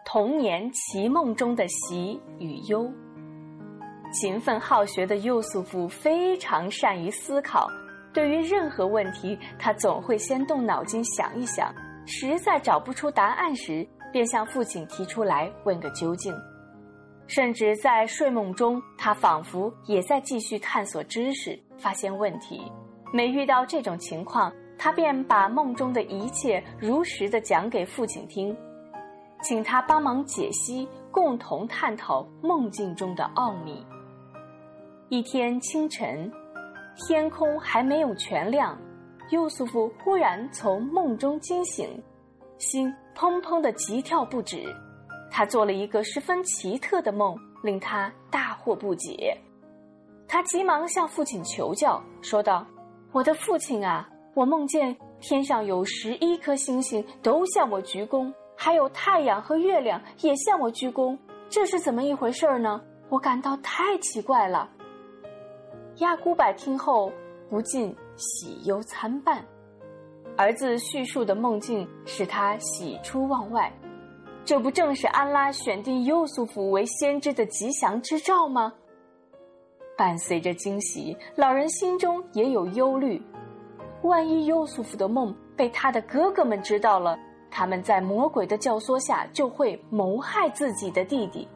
童年奇梦中的喜与忧。勤奋好学的优素福非常善于思考，对于任何问题，他总会先动脑筋想一想，实在找不出答案时，便向父亲提出来问个究竟。甚至在睡梦中，他仿佛也在继续探索知识，发现问题。每遇到这种情况，他便把梦中的一切如实地讲给父亲听，请他帮忙解析，共同探讨梦境中的奥秘。一天清晨，天空还没有全亮，优素福忽然从梦中惊醒，心砰砰地急跳不止。他做了一个十分奇特的梦，令他大惑不解。他急忙向父亲求教，说道：我的父亲啊，我梦见天上有11颗星星都向我鞠躬，还有太阳和月亮也向我鞠躬，这是怎么一回事呢？我感到太奇怪了。亚古柏听后不禁喜忧参半，儿子叙述的梦境使他喜出望外，这不正是安拉选定优素福为先知的吉祥之兆吗？伴随着惊喜，老人心中也有忧虑，万一优素福的梦被他的哥哥们知道了，他们在魔鬼的教唆下就会谋害自己的弟弟。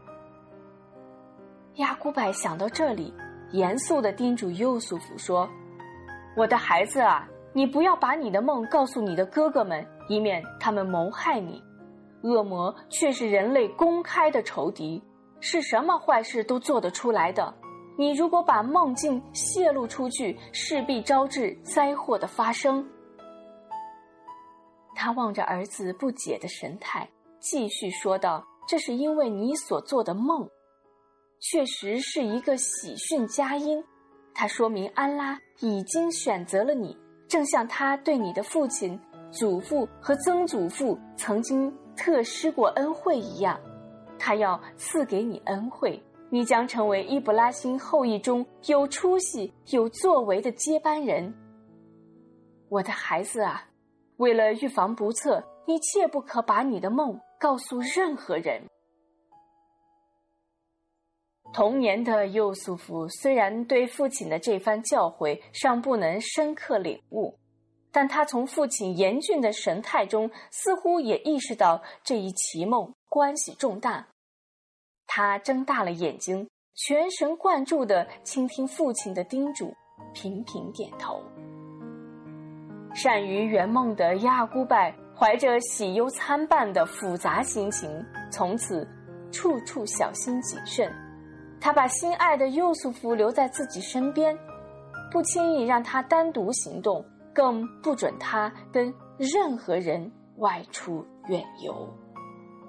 亚古柏想到这里，严肃地叮嘱优素福说：我的孩子啊，你不要把你的梦告诉你的哥哥们，以免他们谋害你。恶魔却是人类公开的仇敌，是什么坏事都做得出来的。你如果把梦境泄露出去，势必招致灾祸的发生。他望着儿子不解的神态，继续说道：这是因为你所做的梦确实是一个喜讯佳音，它说明安拉已经选择了你，正像他对你的父亲、祖父和曾祖父曾经特施过恩惠一样，他要赐给你恩惠，你将成为伊布拉欣后裔中有出息、有作为的接班人。我的孩子啊，为了预防不测，你切不可把你的梦告诉任何人。童年的优素福虽然对父亲的这番教诲尚不能深刻领悟，但他从父亲严峻的神态中似乎也意识到这一奇梦关系重大。他睁大了眼睛，全神贯注地倾听父亲的叮嘱，频频点头。善于圆梦的亚古柏怀着喜忧参半的复杂心情，从此处处小心谨慎。他把心爱的优素福留在自己身边，不轻易让他单独行动，更不准他跟任何人外出远游。